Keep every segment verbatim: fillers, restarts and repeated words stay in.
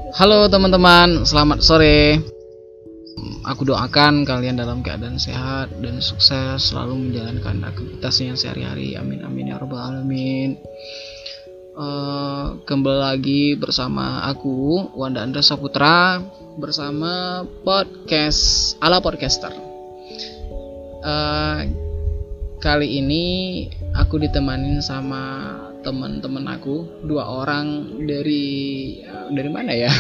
Halo teman-teman, selamat sore. Aku doakan kalian dalam keadaan sehat dan sukses selalu menjalankan aktivitasnya sehari-hari. Amin amin ya rabbal alamin. Uh, kembali lagi bersama aku Wanda Andra Saputra bersama podcast ala podcaster. Uh, kali ini aku ditemanin sama teman-teman aku, dua orang dari dari mana ya?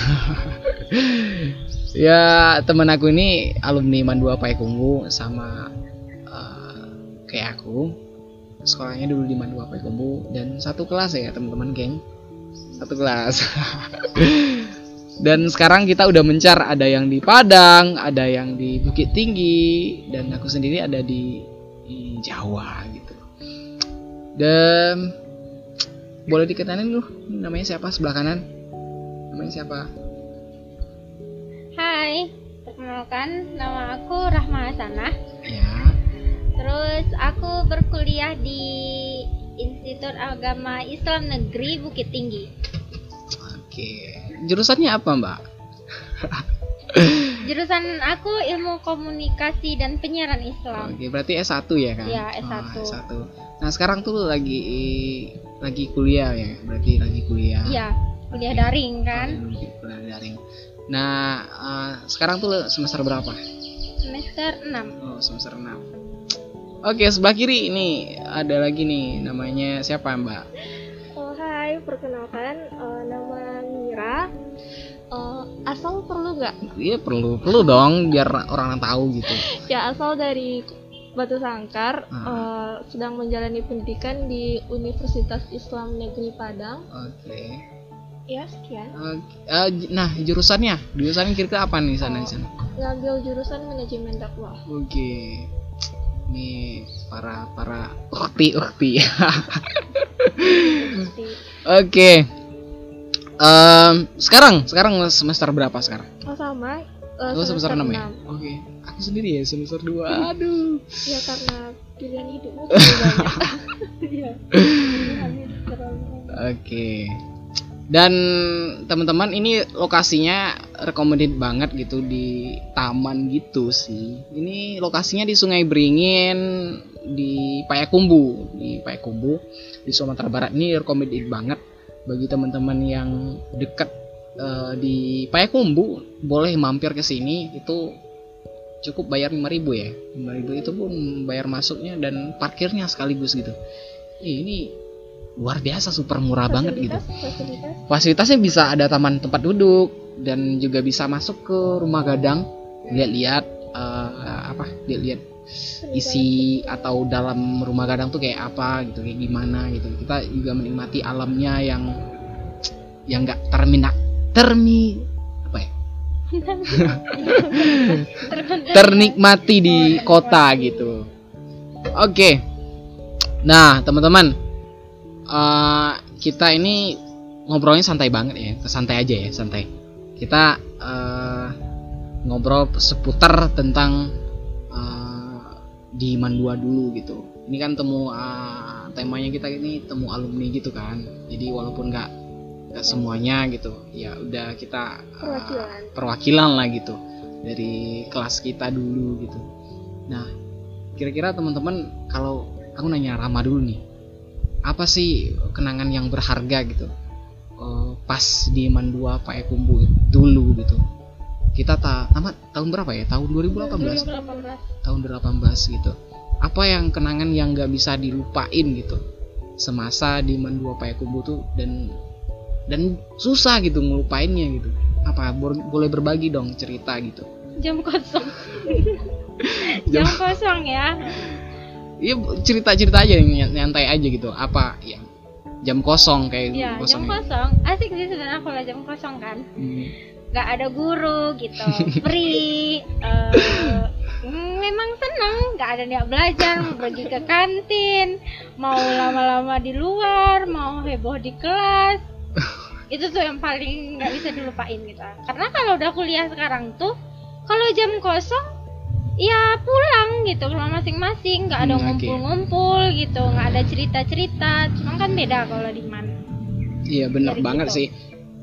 Ya, teman aku ini alumni Mandua Payakumbuh sama uh, kayak aku. Sekolahnya dulu di Mandua Payakumbuh dan satu kelas ya, teman-teman, geng. Satu kelas. Dan sekarang kita udah mencar, ada yang di Padang, ada yang di Bukit Tinggi, dan aku sendiri ada di, di Jawa gitu. Dan boleh dikenalin lu, namanya siapa sebelah kanan? Namanya siapa? Hai, perkenalkan nama aku Rahma Hasanah. Ya. Terus aku berkuliah di Institut Agama Islam Negeri Bukit Tinggi. Oke. Jurusannya apa, Mbak? Jurusan aku Ilmu Komunikasi dan Penyiaran Islam. Oke, berarti S satu ya kan? Iya, S satu. Oh, S satu. Nah, sekarang tuh lagi lagi kuliah ya, berarti lagi kuliah. Iya, kuliah daring kan? Oh, kuliah daring. Nah, uh, sekarang tuh semester berapa? Semester enam. Oh, semester enam. Oke, sebelah kiri ini ada lagi nih, namanya siapa, Mbak? Oh, hai, perkenalkan uh, nama Mira. Uh, asal perlu nggak? Iya, perlu, perlu dong biar orang tahu gitu. Ya, asal dari Batu Sangkar, Hmm. uh, sedang menjalani pendidikan di Universitas Islam Negeri Padang. Oke. Ya, sekian. Uh, uh, nah, jurusannya, jurusannya kira-kira apa nih sana di sana? Ngambil jurusan manajemen dakwah. Oke. Nih para para ukti ukti. Oke. Um, sekarang sekarang semester berapa sekarang? Oh, sama. Uh, Oh, semester enam ya? enam. Oke. Aku sendiri ya semester dua. Aduh. Ya, karena pilihan hidupmu terlalu banyak. Iya. Pilihannya terlalu banyak. Oke. Dan teman-teman, ini lokasinya recommended banget gitu, di taman gitu sih. Ini lokasinya di Sungai Beringin di Payakumbuh, di Payakumbuh di Sumatera Barat. Ini recommended banget bagi teman-teman yang dekat uh, di Payakumbuh, boleh mampir ke sini. Itu cukup bayar lima ribu ya. lima ribu itu pun bayar masuknya dan parkirnya sekaligus gitu. Ini luar biasa, super murah banget gitu. Fasilitas. Fasilitasnya bisa ada taman tempat duduk dan juga bisa masuk ke rumah gadang, lihat-lihat uh, apa, lihat-lihat isi atau dalam rumah gadang tuh kayak apa gitu, kayak gimana gitu. Kita juga menikmati alamnya yang yang nggak terminak termi apa ya ternikmati di kota gitu. Oke. Nah, teman-teman, Uh, kita ini ngobrolnya santai banget ya, santai aja ya, santai. Kita uh, ngobrol seputar tentang uh, di Mandua dulu gitu. Ini kan temu uh, temanya kita ini temu alumni gitu kan. Jadi walaupun nggak nggak semuanya gitu, ya udah kita uh, Perwakilan. perwakilan lah gitu dari kelas kita dulu gitu. Nah, kira-kira teman-teman, kalau aku nanya Rama dulu nih, apa sih kenangan yang berharga gitu uh, pas di Mandua Payakumbuh dulu gitu? Kita ta tamat tahun berapa ya? Tahun dua ribu delapan belas. dua ribu delapan belas. Tahun dua ribu delapan belas gitu. Apa yang kenangan yang gak bisa dilupain gitu semasa di Mandua Payakumbuh tuh, dan dan susah gitu ngelupainnya gitu. Apa boleh berbagi dong cerita gitu? Jam kosong. Jam kosong ya. Iya, cerita-cerita aja, nyantai aja gitu. Apa yang jam kosong kayak Iya, kosong jam ya? kosong. Asik sih sebenarnya kalau jam kosong kan. Hmm. Gak ada guru gitu, free. uh, memang seneng, gak ada niat belajar, mau pergi ke kantin, mau lama-lama di luar, mau heboh di kelas. Itu tuh yang paling gak bisa dilupain gitu. Karena kalau udah kuliah sekarang tuh, kalau jam kosong ya pulang gitu, rumah masing-masing, nggak ada Hmm, oke. ngumpul-ngumpul gitu, nggak ada cerita-cerita. Cuma kan beda kalau di mana. Iya, benar Dari banget gitu. sih.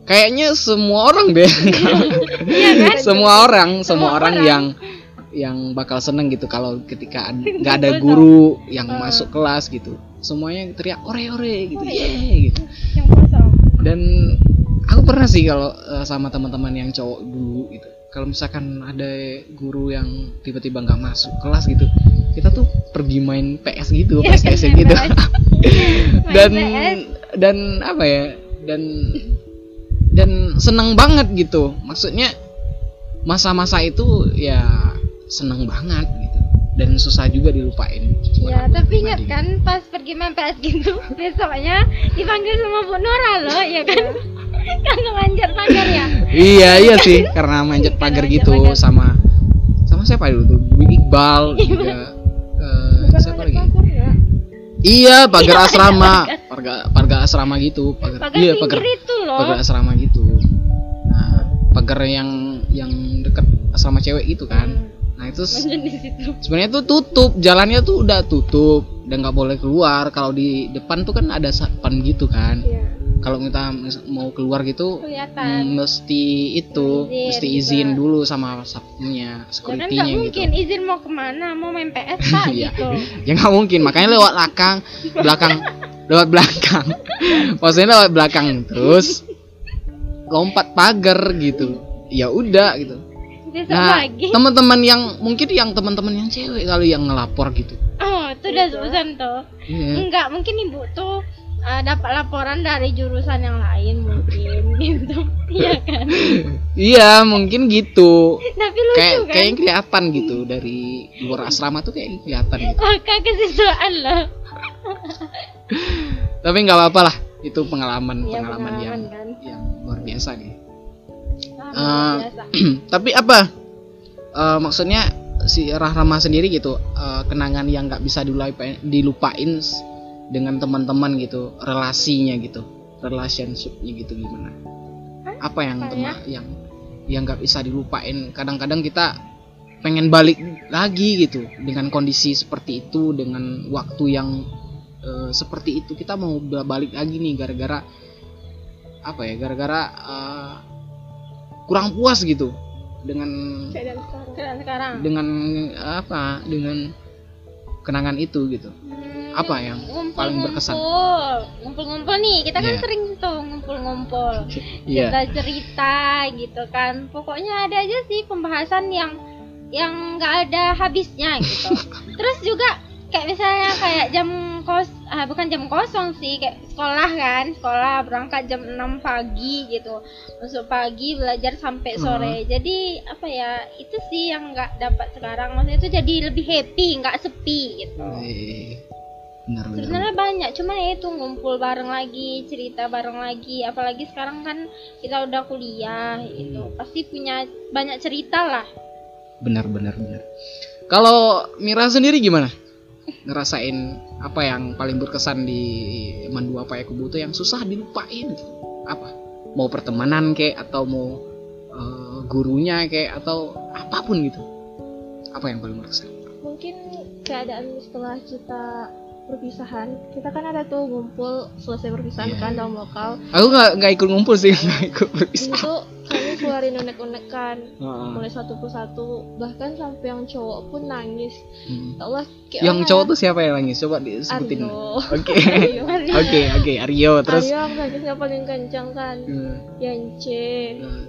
kayaknya semua orang deh. Iya kan? semua orang, semua, Semua orang, orang. yang yang bakal seneng gitu kalau ketika ad- nggak ada guru yang Uh. masuk kelas gitu. Semuanya teriak ore ore gitu, Ore. yeay gitu. Yang kosong. Dan aku pernah sih kalau eh, sama teman-teman yang cowok dulu gitu. Kalau misalkan ada guru yang tiba-tiba nggak masuk kelas gitu, kita tuh pergi main P S gitu, Iya, PlayStation kan, gitu. Main dan P S. dan apa ya? Dan dan seneng banget gitu. Maksudnya masa-masa itu ya seneng banget gitu. Dan susah juga dilupain. Ya, Buat aku tapi ingat pribadi. kan pas pergi main P S gitu, besoknya dipanggil sama Bu Nora loh, ya kan? Karena manjat pagar ya. Iya iya sih, karena manjat pagar manjat gitu pagar. sama sama siapa dulu tuh? Bu Iqbal juga eh, Bukan siapa manjat lagi? pagar ya? Iya, pagar asrama, pagar pagar asrama gitu, pagar, Pagar iya pinggir pagar itu loh. pagar asrama gitu. Nah, pagar yang yang dekat asrama cewek gitu kan. Nah itu s- Manjat di situ. sebenarnya tuh tutup, jalannya tuh udah tutup dan nggak boleh keluar. Kalau di depan tuh kan ada satpam gitu kan. Iya. Kalau kita mis- mau keluar gitu Kelihatan. mm, mesti itu Izin mesti juga. izin dulu sama satpamnya, Ya kan security-nya nggak gitu. mungkin izin mau kemana, mau main P S pak Iya. gitu. Ya nggak mungkin, makanya lewat belakang, belakang, lewat belakang. Maksudnya lewat belakang terus lompat pagar gitu. Ya udah gitu. Besok Nah, lagi. teman-teman yang mungkin yang teman-teman yang cewek kali yang ngelapor gitu. Oh, itu udah sebutan tuh. Iya. Enggak, mungkin ibu tuh uh, dapat laporan dari jurusan yang lain mungkin gitu. Iya kan? Iya, mungkin gitu. Tapi lucu Kayak kan? kayaknya kelihatan gitu dari luar asrama tuh kayak kelihatan gitu. Maka kesiswaan loh. Tapi nggak apa-apa lah, itu pengalaman Iya, pengalaman yang pengalaman kan. yang luar biasa nih. Ah, Eh, biasa. Tapi apa? Eh, maksudnya si Rahma sendiri gitu, eh, kenangan yang nggak bisa dilupain, dilupain s- dengan teman-teman gitu, relasinya gitu, relationshipnya gitu gimana? Apa yang Apa tema yang yang nggak bisa dilupain? Kadang-kadang kita pengen balik lagi gitu dengan kondisi seperti itu, dengan waktu yang eh, seperti itu, kita mau balik lagi nih gara-gara apa ya? Gara-gara eh, kurang puas gitu dengan Keadaan sekarang. Sekarang sekarang. dengan apa dengan kenangan itu gitu. Hmm, Apa yang paling berkesan? Ngumpul, ngumpul-ngumpul nih. Kita kan Iya. sering tuh ngumpul-ngumpul. Iya. Kita cerita gitu kan. Pokoknya ada aja sih pembahasan yang yang nggak ada habisnya gitu. Terus juga kayak misalnya kayak jam kos, ah, bukan jam kosong sih, kayak sekolah kan, sekolah berangkat jam enam pagi gitu, masuk pagi belajar sampai sore. Jadi apa ya, itu sih yang nggak dapat sekarang. Maksudnya itu jadi lebih happy, nggak sepi gitu. Eh, benar-benar. Sebenarnya banyak, cuman ya itu ngumpul bareng lagi, cerita bareng lagi. Apalagi sekarang kan kita udah kuliah gitu, pasti punya banyak cerita lah. Benar-benar benar. Kalau Mira sendiri gimana? Ngerasain apa yang paling berkesan di Mandu Apa Ya Kubu tuh yang susah dilupain gitu? Apa? Mau pertemanan kek atau mau eh, gurunya kek atau apapun gitu? Apa yang paling berkesan? Mungkin keadaan setelah kita perpisahan, kita kan ada tuh ngumpul selesai perpisahan Iya. kan dalam lokal. Aku nggak nggak ikut ngumpul sih, nggak ikut Di berpisah. situ kami keluarin unek-unek kan, Heeh. mulai satu persatu, bahkan sampai yang cowok pun nangis. Hmm. Ya Allah, kayak Yang orang cowok ya. tuh siapa yang nangis? Coba disebutin. Aryo. Oke. Aryo. Oke, oke, Aryo terus. Aryo yang nangisnya paling kencang kan. Hmm. Yance, Hmm.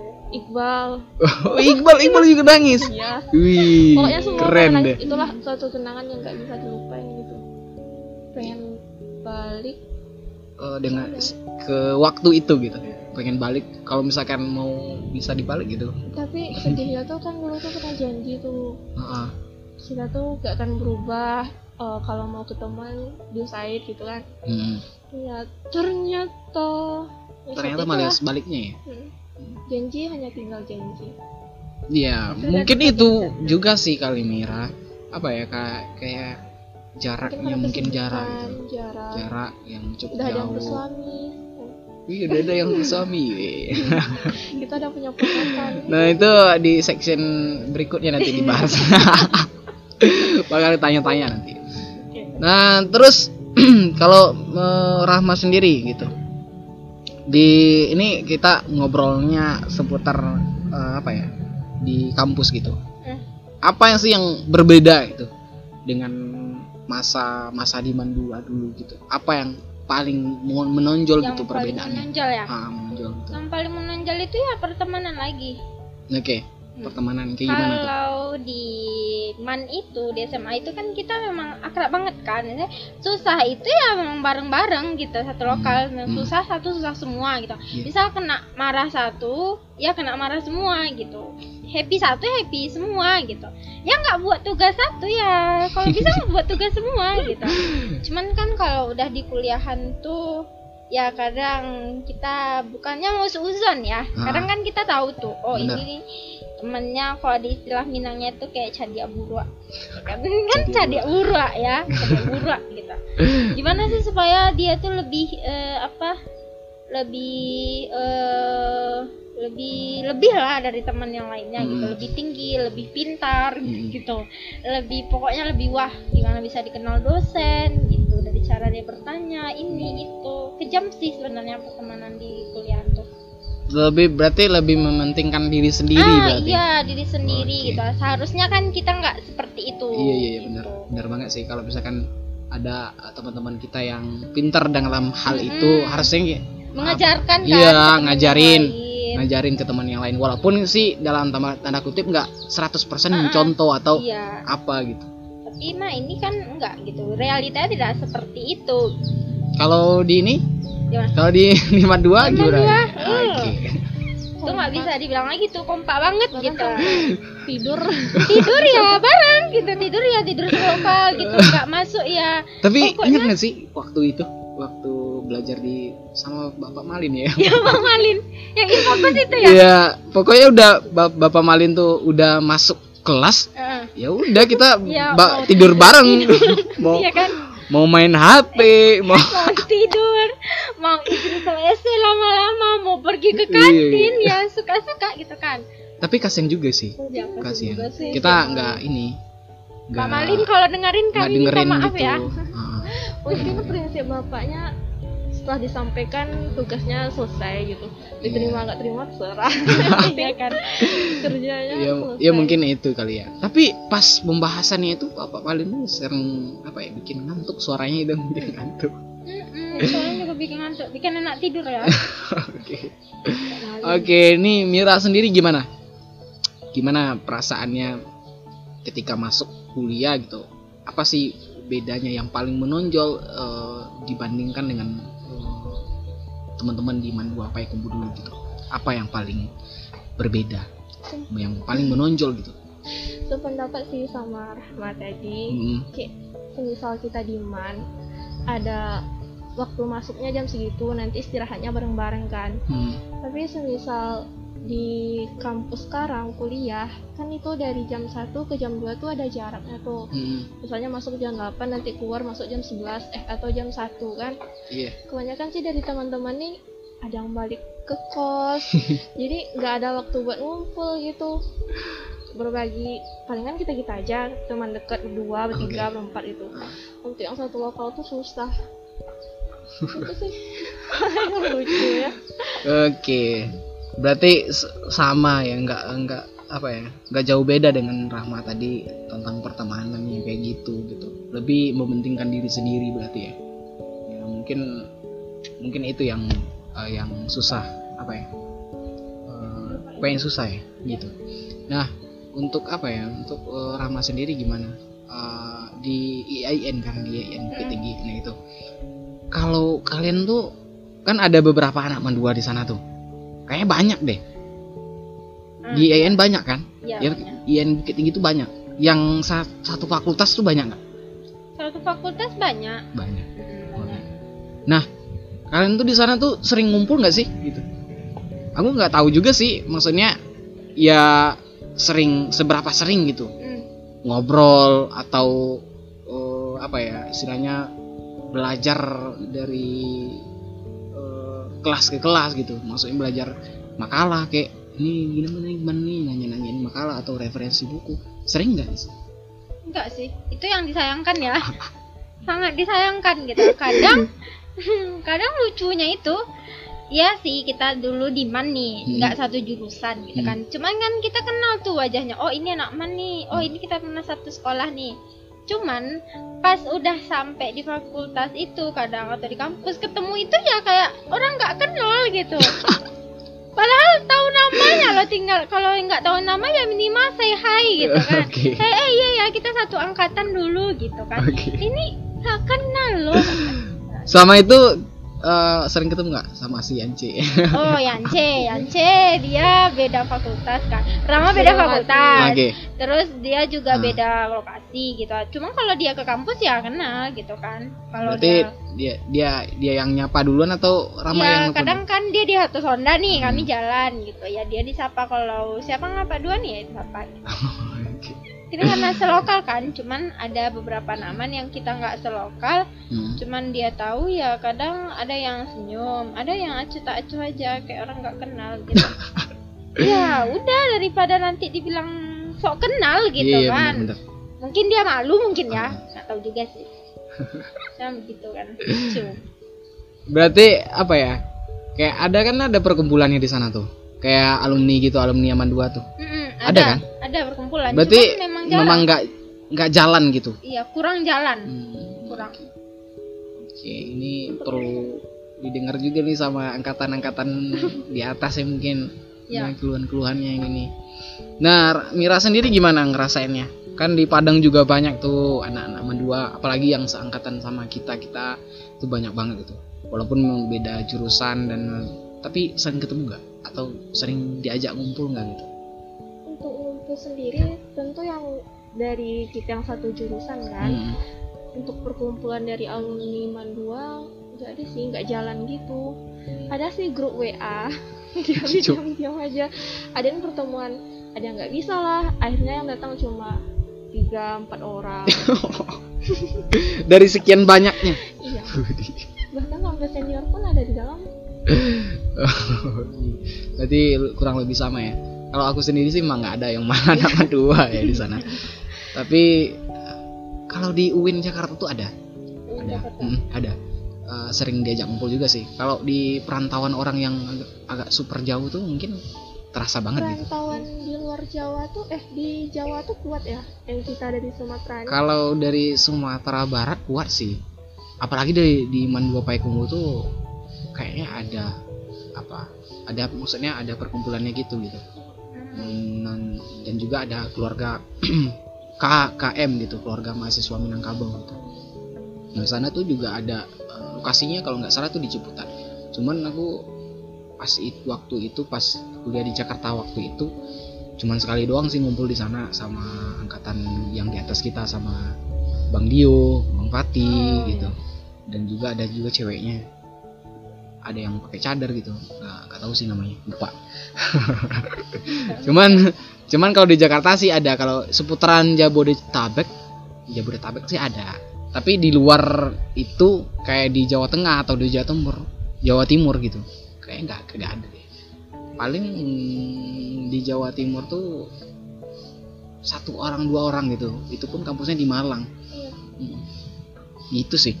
Iqbal, Oh, Iqbal, Iqbal juga nangis. ya. Wih, Pokoknya semua keren pada deh. nangis. Itulah suatu kenangan yang gak bisa dilupain gitu. Pengen balik. Eh, dengan ke waktu itu gitu. Pengen balik kalau misalkan mau bisa dibalik gitu. Tapi sedihnya tuh kan dulu tuh pernah janji tuh Heeh. kita tuh gak akan berubah. Eh, kalau mau ketemuan diusahain gitu kan. Hmm. Ya ternyata ya, Ternyata saat malah itulah. sebaliknya ya. Hmm. Janji hanya tinggal janji. Iya, Sudah mungkin bisa itu bisa. juga sih kali Mira. Apa ya kayak kayak jaraknya ada mungkin kesibukan, jarak gitu. jarak. Jarak yang cukup Udah ada yang jauh. bersuami. Wih, udah ada yang bersuami. wih. Kita udah punya ponakan. Nah, itu di section berikutnya nanti dibahas. Bakal tanya-tanya nanti. Nah, terus kalau eh, Rahma sendiri gitu. Di ini kita ngobrolnya seputar uh, apa ya? Di kampus gitu. Hmm. Apa yang sih yang berbeda itu dengan masa masa di Mandua dulu gitu? Apa yang paling menonjol Yang gitu paling perbedaannya? menonjol ya. Ah, menonjol gitu. Yang paling menonjol itu ya pertemanan lagi. Oke. Pertemanan kayak gimana tuh? Kalau di Man itu di S M A itu kan kita memang akrab banget kan. Susah itu ya memang bareng-bareng gitu satu lokal. Hmm. Susah satu susah semua gitu. Yeah. Misal kena marah satu, ya kena marah semua gitu. Happy satu happy semua gitu. Ya nggak buat tugas satu ya. Kalau bisa buat tugas semua gitu. Cuman kan kalau udah di kuliahan tuh ya kadang kita bukannya mau seuzon ya. Kadang kan kita tahu tuh, oh Bener. ini temennya kalau di istilah Minangnya tuh kayak cadia buruk kan kan cadia buruk ya cadia buruk gitu. Gimana sih supaya dia tuh lebih eh, apa lebih eh, lebih lebih lah dari teman yang lainnya gitu, Hmm. lebih tinggi, lebih pintar Hmm. gitu, lebih pokoknya lebih wah gimana bisa dikenal dosen gitu dari cara dia bertanya ini itu. Kejam sih sebenarnya pertemanan di kuliah tuh. Lebih berarti lebih mementingkan diri sendiri ah berarti. iya diri sendiri Oke. gitu. Seharusnya kan kita nggak seperti itu. Iya iya iya, gitu. benar. Benar banget sih kalau misalkan ada uh, teman-teman kita yang pintar dalam hal Mm-mm. itu harusnya Mengajarkan kan. Iya, ke teman ngajarin. yang lain. ngajarin ke teman yang lain walaupun sih dalam tanda, tanda kutip nggak seratus persen Ah, mencontoh atau Iya. apa gitu. Tapi mah ini kan enggak gitu. Realitanya tidak seperti itu. Kalau di ini, Gimana? kalau di lima puluh dua lima puluh dua, gimana? hmm. Oke. Itu nggak bisa dibilang lagi tuh kompak banget Bahkan gitu. tidur Tidur ya bareng gitu, tidur ya tidur lokal gitu, nggak masuk ya. Tapi Pokoknya- ingat nggak sih waktu itu, waktu belajar di sama Bapak Malin ya? Ya Bang Malin, yang infocus itu ya. Iya, pokoknya udah Bap- Bapak Malin tuh udah masuk kelas, Heeh. ya udah kita Ya, ba- mau tidur tidur, bareng, tidur. mau Iya kan? mau main H P, mau Mau tidur, mau istri ke W C lama-lama, mau pergi ke Iya, kantin iya. ya suka-suka gitu kan. tapi kasian juga sih, Ya, kasian. juga sih. Kita nggak ini, Pak Malin kalau dengerin nggak kami minta dengerin maaf gitu. ya. Heeh. mungkin prinsip bapaknya setelah disampaikan tugasnya selesai gitu, diterima nggak terima terserah. Iya kan. Kerjanya Ya, selesai. ya mungkin itu kali ya. Tapi pas pembahasannya itu Bapak Malin tuh sering apa ya bikin ngantuk suaranya itu bikin ngantuk. Mm-mm, soalnya juga bikin ngantuk, bikin enak tidur ya. Oke. Oke, ini Mira sendiri gimana? Gimana perasaannya ketika masuk kuliah gitu? Apa sih bedanya yang paling menonjol eh, dibandingkan dengan eh, teman-teman di Mandua Payakumbuh dulu gitu? Apa yang paling berbeda? Yang paling menonjol gitu? Sependapat sih sama Rahmat tadi. Mm-mm. Kayak semisal kita di Man ada waktu masuknya jam segitu, nanti istirahatnya bareng-bareng kan. Hmm. Tapi semisal di kampus sekarang kuliah kan itu dari jam satu ke jam dua tuh ada jaraknya tuh. Hmm. Misalnya masuk jam delapan nanti keluar masuk jam sebelas eh atau jam satu kan. Iya. Kebanyakan sih dari teman-teman nih ada yang balik ke kos. Jadi nggak ada waktu buat ngumpul gitu. Berbagi palingan kita-kita aja, teman dekat berdua, bertiga, Oke. berempat itu. Untuk yang satu lokal tuh susah. Itu sih yang lucu ya. Oke, berarti s- sama ya, nggak nggak apa ya, nggak jauh beda dengan Rahma tadi tentang pertemanan yang kayak gitu gitu. Lebih mementingkan diri sendiri berarti ya. Ya mungkin mungkin itu yang eh, yang susah apa ya, Eh, apa yang susah ya gitu. Nah untuk apa ya, untuk eh, Rahma sendiri gimana? Eh, di I A I N kan, di I A I N Bukit Tinggi, nah itu. Kalau kalian tuh kan ada beberapa anak Mandua di sana tuh, kayaknya banyak deh. Di I A I N banyak kan? Iya. Ya, banyak. I A I N Bukit Tinggi tuh banyak. Yang sa- satu fakultas tuh banyak nggak? Satu fakultas banyak. Banyak. Mm, Nah, kalian tuh di sana tuh sering ngumpul nggak sih? Gitu. Aku nggak tahu juga sih, maksudnya ya sering seberapa sering gitu mm. ngobrol atau eh, apa ya istilahnya belajar dari eh, kelas ke kelas gitu, maksudnya belajar makalah kayak ini gimana gimana nih nanya-nanyain makalah atau referensi buku, sering nggak sih? Enggak sih, itu yang disayangkan ya. Sangat disayangkan gitu. Kadang kadang lucunya itu Iya sih, kita dulu di man nih, Hmm. nggak satu jurusan gitu Hmm. kan. Cuman kan kita kenal tuh wajahnya. Oh ini anak man nih. Oh ini kita pernah satu sekolah nih. Cuman pas udah sampai di fakultas itu kadang atau di kampus ketemu itu ya kayak orang nggak kenal gitu. Padahal tahu namanya loh, tinggal kalau nggak tahu nama ya minimal say hi gitu kan. Oke. Eh, eh iya ya kita satu angkatan dulu gitu kan. Oke. Ini nggak kenal loh. Sama itu eh, sering ketemu nggak sama si Yance? Oh Yance, Yance dia beda fakultas kan. Rama beda Beda fakultas. Oke. Terus dia juga Ah. beda lokasi gitu. Cuma kalau dia ke kampus ya kenal gitu kan. Kalau Berarti dia dia dia dia yang nyapa duluan atau Rama yang ya nelfon? kadang kan dia di Hatus Honda nih, kami Hmm. jalan gitu. Ya dia disapa kalau siapa ngapa dua nih ya disapa. Oke. Kita karena selokal kan, cuman ada beberapa nama yang kita nggak selokal, Hmm. cuman dia tahu ya kadang ada yang senyum, ada yang acuh tak acuh aja kayak orang nggak kenal gitu. Ya udah daripada nanti dibilang sok kenal gitu Iya, kan. benar-benar. Mungkin dia malu mungkin ya, Ah. nggak tahu juga sih. Nah begitu kan. Lucu. Berarti apa ya? Kayak ada kan ada perkumpulannya di sana tuh. Kayak alumni gitu, alumni Aman dua tuh. Mm-mm, Ada kan? Ada perkumpulan. Berarti cuman memang jarang. memang nggak nggak jalan gitu. Iya kurang jalan. Hmm. Kurang. Oke, ini perlu didengar juga nih sama angkatan-angkatan di atas ya mungkin. Ya. Nah, keluhan-keluhannya yang ini. Nah, Mira sendiri gimana ngerasainnya? Kan di Padang juga banyak tuh anak-anak Mandua, apalagi yang seangkatan sama kita kita itu banyak banget gitu. Walaupun memang beda jurusan dan tapi sering ketemu nggak? Atau sering diajak ngumpul nggak gitu? Untuk ngumpul sendiri tentu yang dari kita yang satu jurusan kan. Hmm. Untuk perkumpulan dari alumni Mandua nggak ada sih, nggak jalan gitu. Ada sih grup W A diam-diam aja. Ada yang pertemuan, ada yang nggak bisa lah. Akhirnya yang datang cuma tiga empat orang. Dari sekian banyaknya. Iya. Bahkan sampai senior pun ada di dalam. Berarti kurang lebih sama ya. Kalau aku sendiri sih emang nggak ada yang mana nama dua ya di sana. Tapi kalau di U I N Jakarta tuh ada, ada, Mm, ada. Eh, sering diajak ngumpul juga sih. Kalau di perantauan orang yang agak, agak super jauh tuh mungkin terasa banget gitu. Perantauan di luar Jawa tuh, eh di Jawa tuh kuat ya. Yang kita ada di Sumatera ini. Kalau dari Sumatera Barat kuat sih. Apalagi dari di Mandua Payakumbuh tuh kayaknya ada apa? Ada maksudnya ada perkumpulannya gitu gitu. Hmm, dan juga ada keluarga K K M gitu, keluarga mahasiswa Minangkabau gitu. Nah, sana tuh juga ada eh, lokasinya kalau nggak salah tuh di Ciputat. Cuman aku pas itu waktu itu pas kuliah di Jakarta waktu itu cuman sekali doang sih ngumpul di sana sama angkatan yang di atas kita sama Bang Dio, Bang Pati Oh, gitu. Dan juga ada juga ceweknya. Ada yang pakai cadar gitu. Nggak, nggak tahu sih namanya, lupa. cuman cuman kalau di Jakarta sih ada, kalau seputaran Jabodetabek Jabodetabek sih ada, tapi di luar itu kayak di Jawa Tengah atau di Jawa Timur Jawa Timur gitu kayak nggak nggak ada deh. Paling mm, di Jawa Timur tuh satu orang dua orang gitu, itu pun kampusnya di Malang. Mm, gitu sih.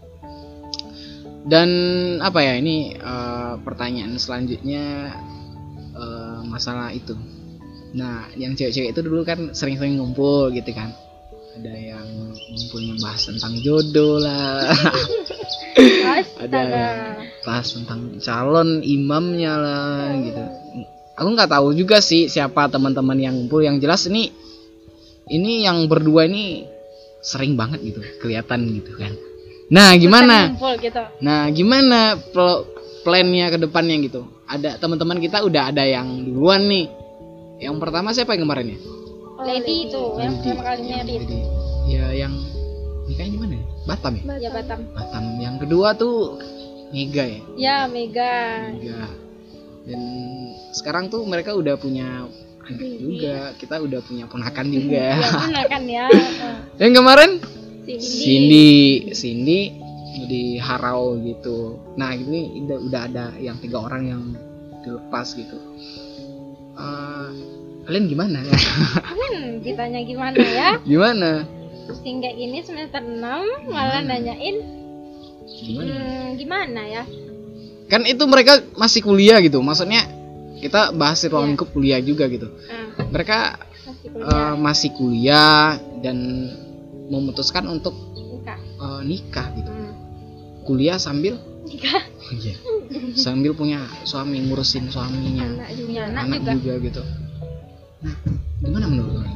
Dan apa ya ini eh, pertanyaan selanjutnya eh, masalah itu. Nah, yang cewek-cewek itu dulu kan sering-sering ngumpul gitu kan. Ada yang ngumpulnya bahas tentang jodoh lah. Ada Astaga. yang bahas tentang calon imamnya lah gitu. Aku nggak tahu juga sih siapa teman-teman yang ngumpul. Yang jelas ini ini yang berdua ini sering banget gitu kelihatan gitu kan. Nah, gimana? Ngumpul gitu. Nah, gimana pl- plannya ke depannya gitu? Ada teman-teman kita udah ada yang duluan nih. Yang pertama siapa yang kemarin ya? Oh, Lady itu yang Lady. pertama kali Yang merit. Lady. Ya, yang nikahnya di mana ya? Batam ya? Ya Batam. Batam. Yang kedua tuh Mega ya. Ya Mega. Mega. Dan sekarang tuh mereka udah punya anak juga. Kita udah punya ponakan juga. Ya benar kan ya. Yang kemarin Cindy. Cindy, Cindy di Harau gitu. Nah ini udah, udah ada yang tiga orang yang dilepas gitu. Uh, kalian gimana? Hmm, ditanya gimana ya? Gimana? Sehingga gini semester enam malah nanyain Gimana? hmm, gimana ya? Kan itu mereka masih kuliah gitu. Maksudnya kita bahas ruang Iya. lingkup kuliah juga gitu. Ah, Mereka masih eh, kuliah. masih kuliah dan memutuskan untuk Nikah. eh, nikah gitu. Hmm. Kuliah sambil Nikah. oh iya. Sambil punya suami, ngurusin suaminya, Anak juga. Punya anak, anak juga. juga gitu. Nah, gimana menurut kalian?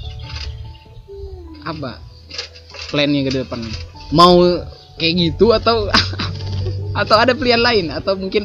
Apa plannya ke depan? Mau kayak gitu atau atau ada pilihan lain atau mungkin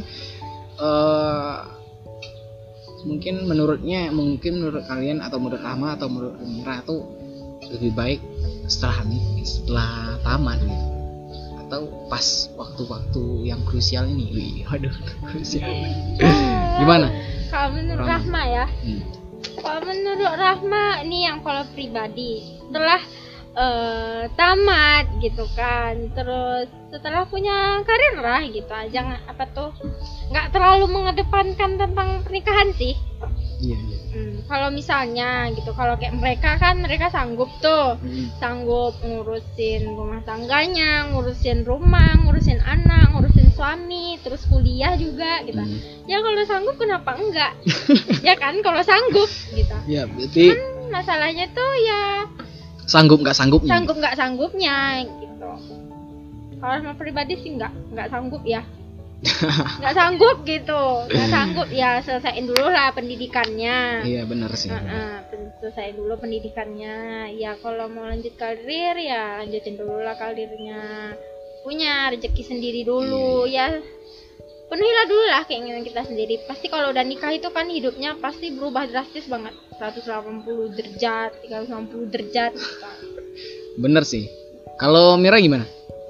eh mungkin menurutnya mungkin menurut kalian atau menurut Rahma atau menurut Mira tuh lebih baik setelah nih setelah tamat gitu atau pas waktu-waktu yang krusial ini? Wih, waduh, krusial. Gimana? Kalau menurut Rahma. Rahma ya, Hmm. kalau menurut Rahma nih yang kalau pribadi setelah eh, tamat gitu kan, terus setelah punya karir lah gitu aja nggak- apa tuh nggak terlalu mengedepankan tentang pernikahan sih. Iya, iya. Hmm, kalau misalnya gitu, kalau kayak mereka kan mereka sanggup tuh, Hmm. sanggup ngurusin rumah tangganya, ngurusin rumah, ngurusin anak, ngurusin suami, terus kuliah juga gitu. Hmm. Ya kalau sanggup kenapa enggak? Ya kan kalau sanggup gitu. Ya, berarti Masalahnya tuh ya sanggup nggak sanggupnya? sanggup nggak sanggupnya gitu. Kalau sama pribadi sih nggak nggak sanggup ya. Nggak sanggup gitu, nggak sanggup ya selesaiin dulu lah pendidikannya. Iya, benar sih. Heeh, pen- selesai dulu pendidikannya. Ya kalau mau lanjut karir ya lanjutin dulu lah karirnya. Punya rezeki sendiri dulu ya. Penuhilah dulu lah keinginan kita sendiri. Pasti kalau udah nikah itu kan hidupnya pasti berubah drastis banget. seratus delapan puluh derajat, tiga ratus enam puluh derajat gitu. Bener sih. Kalau Mira gimana?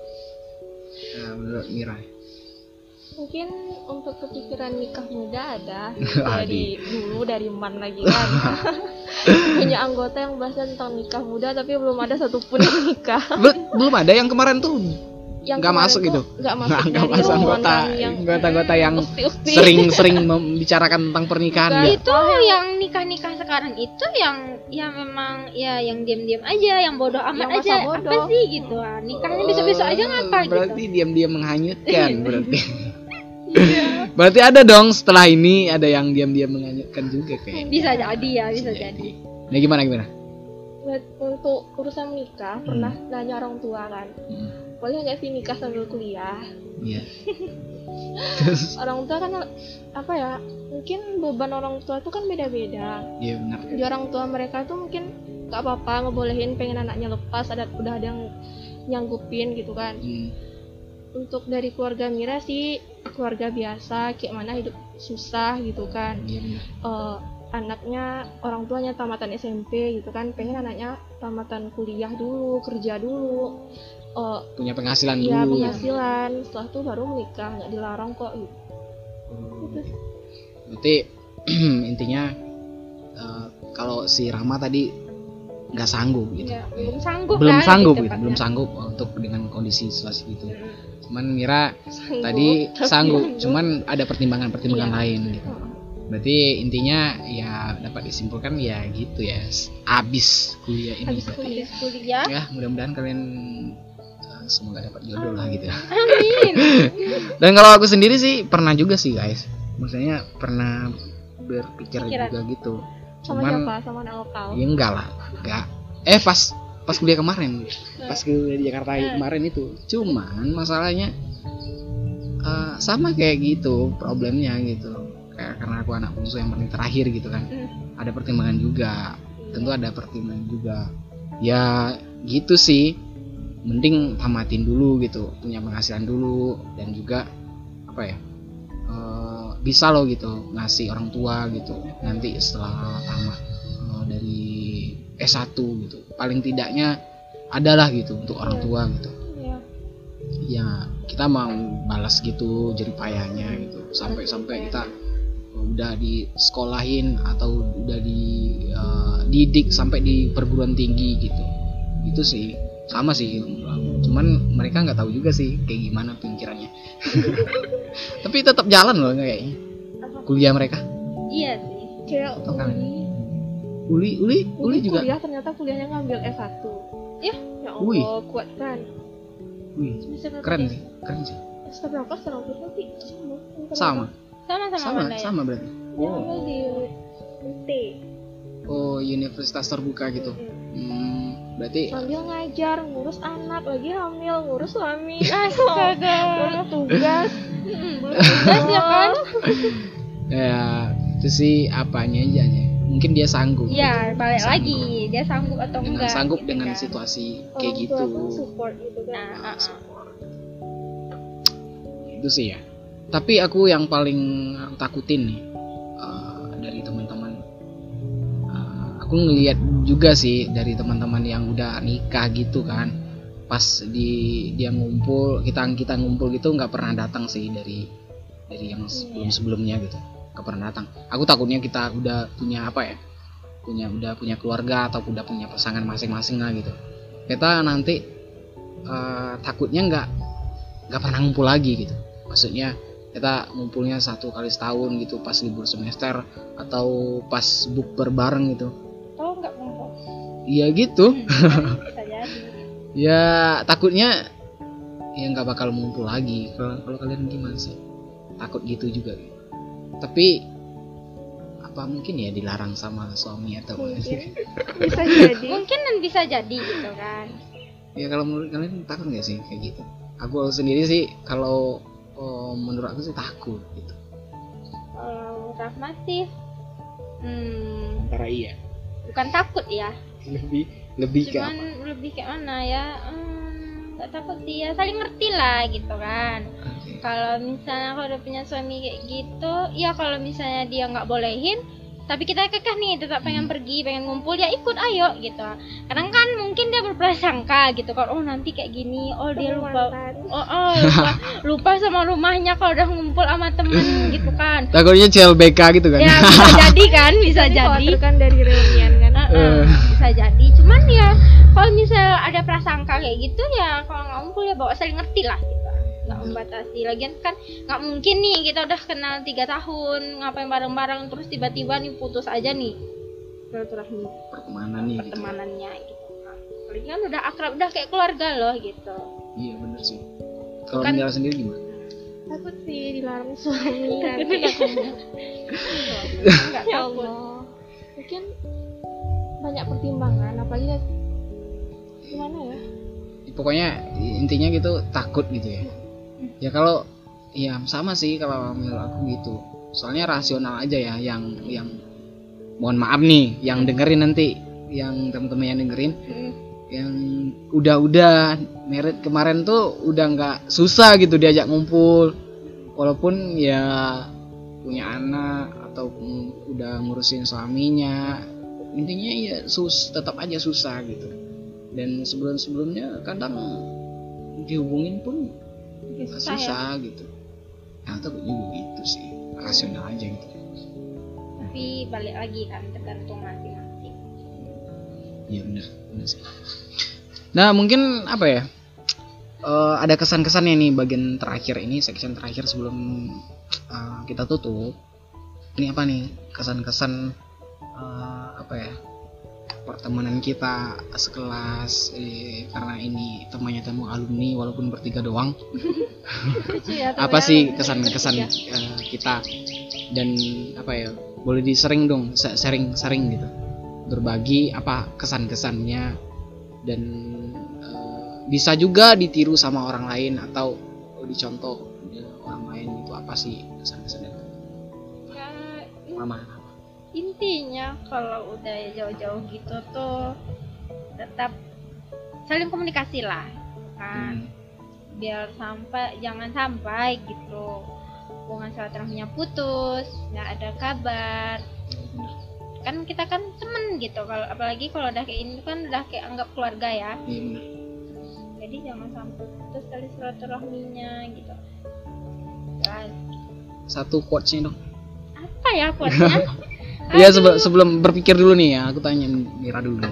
Nah, menurut Mira. Mungkin untuk kepikiran nikah muda ada Adi. dari dulu dari man lagi kan. Punya anggota yang bahas tentang nikah muda tapi belum ada satupun yang nikah. Be- belum ada yang kemarin tuh Yang nggak kemarin masuk tuh gitu. nggak masuk Nggak dari masuk anggota mantan yang anggota-anggota yang usti-usti. sering-sering membicarakan tentang pernikahan Bukan. dia. Itu yang nikah-nikah sekarang itu yang ya memang ya yang diam-diam aja, yang bodoh amat Yang masa aja. bodoh. Apa sih gitu ah. Nikahnya besok-besok aja ngapa gitu. Berarti diam-diam menghanyutkan berarti. Berarti ada dong setelah ini ada yang diam-diam menghanyutkan juga kayak. Bisa jadi ya, bisa jadi. Nah, gimana gimana? Buat- Untuk urusan nikah pernah nanya orang tua kan, Hmm, boleh nggak sih nikah sambil kuliah? Iya. Terus Orang tua kan apa ya, mungkin beban orang tua itu kan beda-beda. iya benar. Di orang tua mereka tuh mungkin nggak apa-apa ngebolehin pengen anaknya lepas, ada udah ada yang nyanggupin gitu kan. Hmm, Untuk dari keluarga Mira sih keluarga biasa, kayak mana hidup susah gitu kan. iya benar. Eh, anaknya orang tuanya tamatan S M P gitu kan, pengen anaknya tamatan kuliah dulu, kerja dulu, eh Punya penghasilan ya dulu. penghasilan, setelah itu baru menikah, nggak dilarang kok gitu. Oh. Berarti intinya eh, kalau si Rama tadi nggak sanggup gitu. Ya, belum sanggup belum lah, sanggup gitu, gitu, Pak, belum ya. sanggup untuk dengan kondisi situasi gitu. Mm. Cuman Mira Sanggup, tadi tapi sanggup, sanggup. cuman ada pertimbangan-pertimbangan Iya. lain gitu. Heeh. Berarti intinya ya dapat disimpulkan ya gitu ya, abis kuliah ini Habis berarti. kuliah. Habis kuliah. Ya mudah-mudahan kalian eh, semoga dapat jodoh lah gitu. Amin. Dan kalau aku sendiri sih pernah juga sih guys, maksudnya pernah berpikir Pikiran. juga gitu. Sama Cuman siapa? Sama anak lokal. ya enggak lah, enggak. Eh pas pas kuliah kemarin, pas kuliah di Jakarta Hmm. kemarin itu. Cuman masalahnya eh, sama kayak gitu problemnya gitu. Kayak karena aku anak bungsu yang paling terakhir gitu kan. Hmm. Ada pertimbangan juga. Tentu ada pertimbangan juga. Ya gitu sih. Mending tamatin dulu gitu, punya penghasilan dulu dan juga apa ya? eh, bisa loh gitu ngasih orang tua gitu nanti setelah tamat eh, dari S satu gitu. Paling tidaknya adalah gitu untuk orang tua gitu. Iya. Ya kita mau balas gitu jerih payahnya gitu sampai-sampai kita udah disekolahin atau udah di eh, didik sampai di perguruan tinggi gitu. Itu sih sama sih menurut aku. Cuman mereka nggak tahu juga sih kayak gimana pikirannya. Tapi tetap jalan loh kayaknya kuliah mereka. Iya sih. Kayak Atau kan? Uli. Uli Uli Uli Uli juga. kuliah ternyata kuliahnya ngambil S satu. Ya, Ya Wih. Allah, kuat kan. Wih, Semester berapa keren dia? sih, keren sih. S semester berapa sekarang kita sih Sama. Sama-sama Sama, mana ya? sama berarti. ya Oh. ambil di U T Oh, universitas terbuka gitu. Hmm, berarti sambil ngajar ngurus anak lagi hamil ngurus suami Astaga. ngurus tugas Mm, belum tugas ya kan? ya itu sih apanya aja ya. Mungkin dia sanggup. Iya, balik Sanggup. lagi dia sanggup atau Dengan enggak? sanggup gitu dengan kan. situasi kayak orang gitu. tua pun support gitu kan Nah, uh, uh. Support. Itu sih ya. Tapi aku yang paling aku takutin nih uh, dari teman-teman. Uh, aku ngelihat juga sih dari teman-teman yang udah nikah gitu kan. Pas di dia ngumpul, kita kita ngumpul gitu nggak pernah datang sih dari dari yang sebelum sebelumnya gitu. Nggak pernah datang. Aku takutnya kita udah punya apa ya? Punya udah punya keluarga atau udah punya pasangan masing-masing lah gitu. Kita nanti uh, takutnya nggak nggak pernah ngumpul lagi gitu. Maksudnya kita ngumpulnya satu kali setahun gitu pas libur semester atau pas bukber bareng gitu. Tahu nggak ngumpul? Iya gitu. Hmm, bisa jadi. Ya takutnya ya nggak bakal ngumpul lagi. Kalau kalau kalian gimana sih? Takut gitu juga. Tapi apa mungkin ya dilarang sama suami atau mungkin bisa jadi Mungkin dan bisa jadi gitu kan. ya kalau menurut kalian takut nggak sih kayak gitu? Aku sendiri sih kalau oh, menurut aku sih takut gitu. Kalau Rahmat sih, hmm, Antara iya. bukan takut ya. Lebih lebih ke Cuman apa? lebih kayak mana ya? Hmm, nggak takut sih ya, saling ngerti lah gitu kan. Oke. Kalau misalnya kalau udah punya suami kayak gitu, ya kalau misalnya dia nggak bolehin, tapi kita kekeh nih tetap pengen pergi, pengen ngumpul, ya ikut ayo gitu. Kadang kan mungkin dia berprasangka gitu kan, oh nanti kayak gini, oh dia lupa, Mantan. oh, oh lupa, lupa sama rumahnya kalau udah ngumpul sama temen gitu kan. Takutnya C L B K gitu kan? Ya bisa jadi kan, bisa Jadi jadi. khawatir kan dari reunian kan Uh-uh, bisa jadi. Cuman ya kalau misal ada prasangka kayak gitu ya kalau nggak ngumpul ya bawa saling ngerti lah gitu. Nggak membatasi. Lagian kan nggak mungkin nih kita udah kenal tiga tahun ngapain bareng-bareng terus tiba-tiba nih putus aja nih silaturahmi Pertemanan nih gitu. pertemanannya gitu. Nah, apalagi kan udah akrab udah kayak keluarga loh gitu. Iya bener sih. Kalau Kan- Mila sendiri gimana? takut sih dilarang suami nanti Nggak ya takut. Allah mungkin banyak pertimbangan apalagi ya- gimana ya Pokoknya intinya gitu takut gitu ya. Ya kalau ya sama sih kalau menurut aku gitu. Soalnya rasional aja ya yang yang mohon maaf nih yang dengerin nanti yang teman-teman yang dengerin Hmm. yang udah-udah merit kemarin tuh udah nggak susah gitu diajak ngumpul walaupun ya punya anak atau udah ngurusin suaminya intinya ya sus tetap aja susah gitu dan sebelum-sebelumnya kadang dihubungin pun Bikin susah, susah ya. susah gitu nah takut juga gitu sih rasional aja gitu. Tapi balik lagi kan tergantung masing-masing. Iya benar, benar sih. Nah mungkin apa ya? Eh, ada kesan-kesannya nih bagian terakhir ini section terakhir sebelum eh, kita tutup. Ini apa nih kesan-kesan eh, apa ya? Pertemanan kita sekelas eh, karena ini temannya temu alumni walaupun bertiga doang. Lucu ya, Apa temennya sih bertiga. kesan-kesan eh, kita dan apa ya? Boleh disering dong, sharing-sharing gitu. Berbagi apa kesan-kesannya dan uh, bisa juga ditiru sama orang lain atau dicontoh ya, orang lain itu apa sih kesan-kesannya Ya, mama intinya kalau udah jauh-jauh gitu tuh tetap saling komunikasi lah kan, hmm. biar sampai jangan sampai gitu hubungan silaturahminya putus, nggak ada kabar. Kan kita kan temen gitu, kalau apalagi kalau udah kayak ini kan udah kayak anggap keluarga ya. Iya benar. Jadi jangan sampai putus kali silaturahminya gitu. Kan, Satu quotes-nya dong. apa ya quotes-nya? Iya sebe- sebelum berpikir dulu nih ya, aku tanya Mira dulu.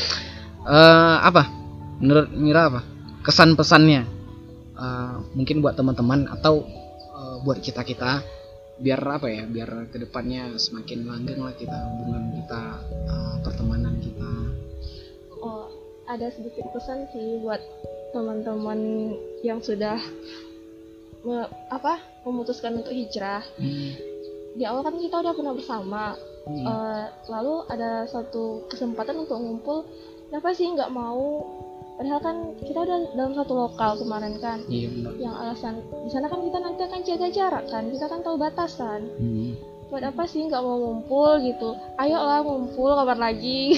Eh apa? Menurut Mira apa? Kesan pesannya Eh, mungkin buat teman-teman atau eh, buat kita-kita biar apa ya? Biar kedepannya semakin langgeng lah kita hubungan kita, eh, pertemanan kita. oh ada sedikit pesan sih buat teman-teman yang sudah me- apa memutuskan untuk hijrah. Hmm. Di awal kan kita udah pernah bersama. Hmm. Eh, lalu ada satu kesempatan untuk ngumpul. Kenapa sih nggak mau? Padahal kan kita udah dalam satu lokal kemarin kan. Iya benar. Yang alasan di sana kan kita nanti akan jaga jarak kan. Kita kan tahu batasan. Hmm. Buat apa sih nggak mau ngumpul gitu? Ayolah ngumpul, kapan lagi?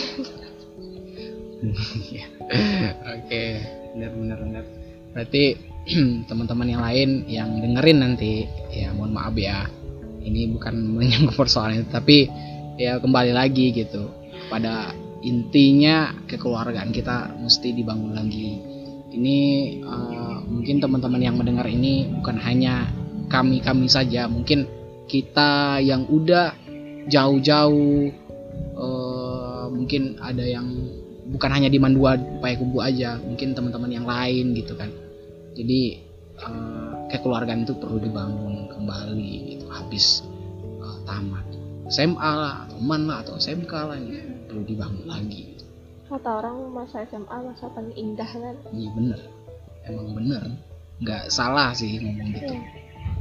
Oke, benar-benar benar. Berarti teman-teman yang lain yang dengerin nanti, ya mohon maaf ya. Ini bukan menyangkut persoalan itu, tapi ya kembali lagi gitu pada intinya kekeluargaan kita mesti dibangun lagi. Ini uh, mungkin teman-teman yang mendengar ini bukan hanya kami-kami saja, mungkin kita yang udah jauh-jauh, uh, mungkin ada yang bukan hanya di Mandua Payakumbuh aja, mungkin teman-teman yang lain gitu kan. Jadi uh, kekeluargaan itu perlu dibangun kembali gitu habis uh, tamat S M A lah, atau M A N lah, atau S M K lah, gitu. Perlu dibangun lagi. Kata orang masa S M A masa paling indah kan? Iya bener, emang bener, nggak salah sih ngomong gitu. Iya.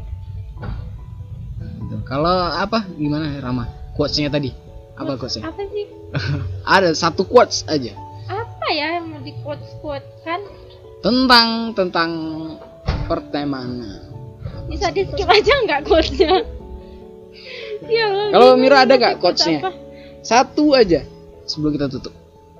Nah, gitu. Kalau apa gimana Rama? Quotes-nya tadi apa quotes-nya? Apa sih? Ada satu quotes aja Apa ya yang mau di quotes quote kan? tentang tentang pertemanan. Bisa di skip aja nggak quotesnya? Ya, Kalau gimana Mira ada mau nggak di quote quotes-nya? apa? Satu aja sebelum kita tutup.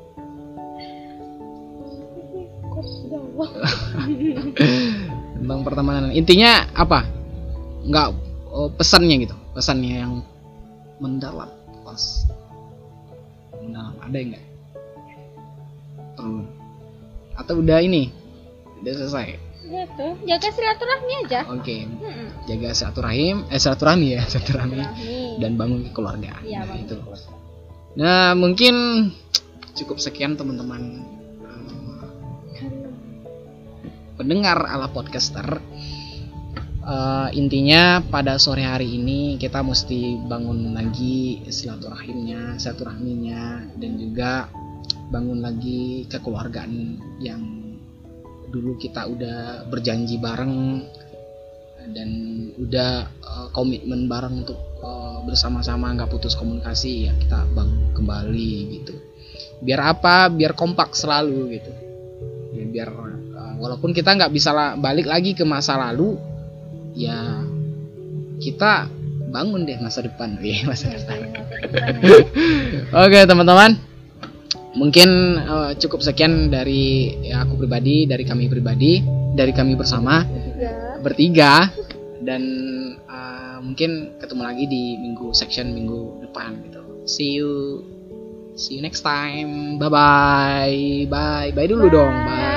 Quotes Jawa. Tentang pertemanan. Intinya apa? Nggak oh, pesannya gitu. Pesannya yang mendalam. Pas. Mendalam. Ada enggak? Perlu. Atau udah ini? Udah selesai. Ya tuh, jaga silaturahmi aja. Oke. Mm-mm. Jaga silaturahim, eh silaturahmi ya, silaturahmi Silaturahmi. dan bangun keluarga. Iya, Nah, Bang. itu. Nah, mungkin cukup sekian teman-teman eh, pendengar ala podcaster. Eh, intinya pada sore hari ini kita mesti bangun lagi silaturahimnya, silaturahminya, dan juga bangun lagi kekeluargaan yang dulu kita udah berjanji bareng dan udah uh, komitmen bareng untuk uh, bersama-sama nggak putus komunikasi, ya kita bangun kembali gitu. Biar apa? Biar kompak selalu gitu. Ya, biar uh, walaupun kita nggak bisa la- balik lagi ke masa lalu, ya kita bangun deh masa depan, ya masa depan. Oke teman-teman, mungkin uh, cukup sekian dari ya, aku pribadi, dari kami pribadi, dari kami bersama Tiga. bertiga, dan uh, mungkin ketemu lagi di minggu section minggu depan gitu. See you, see you next time. Bye bye, bye bye dulu dong, bye.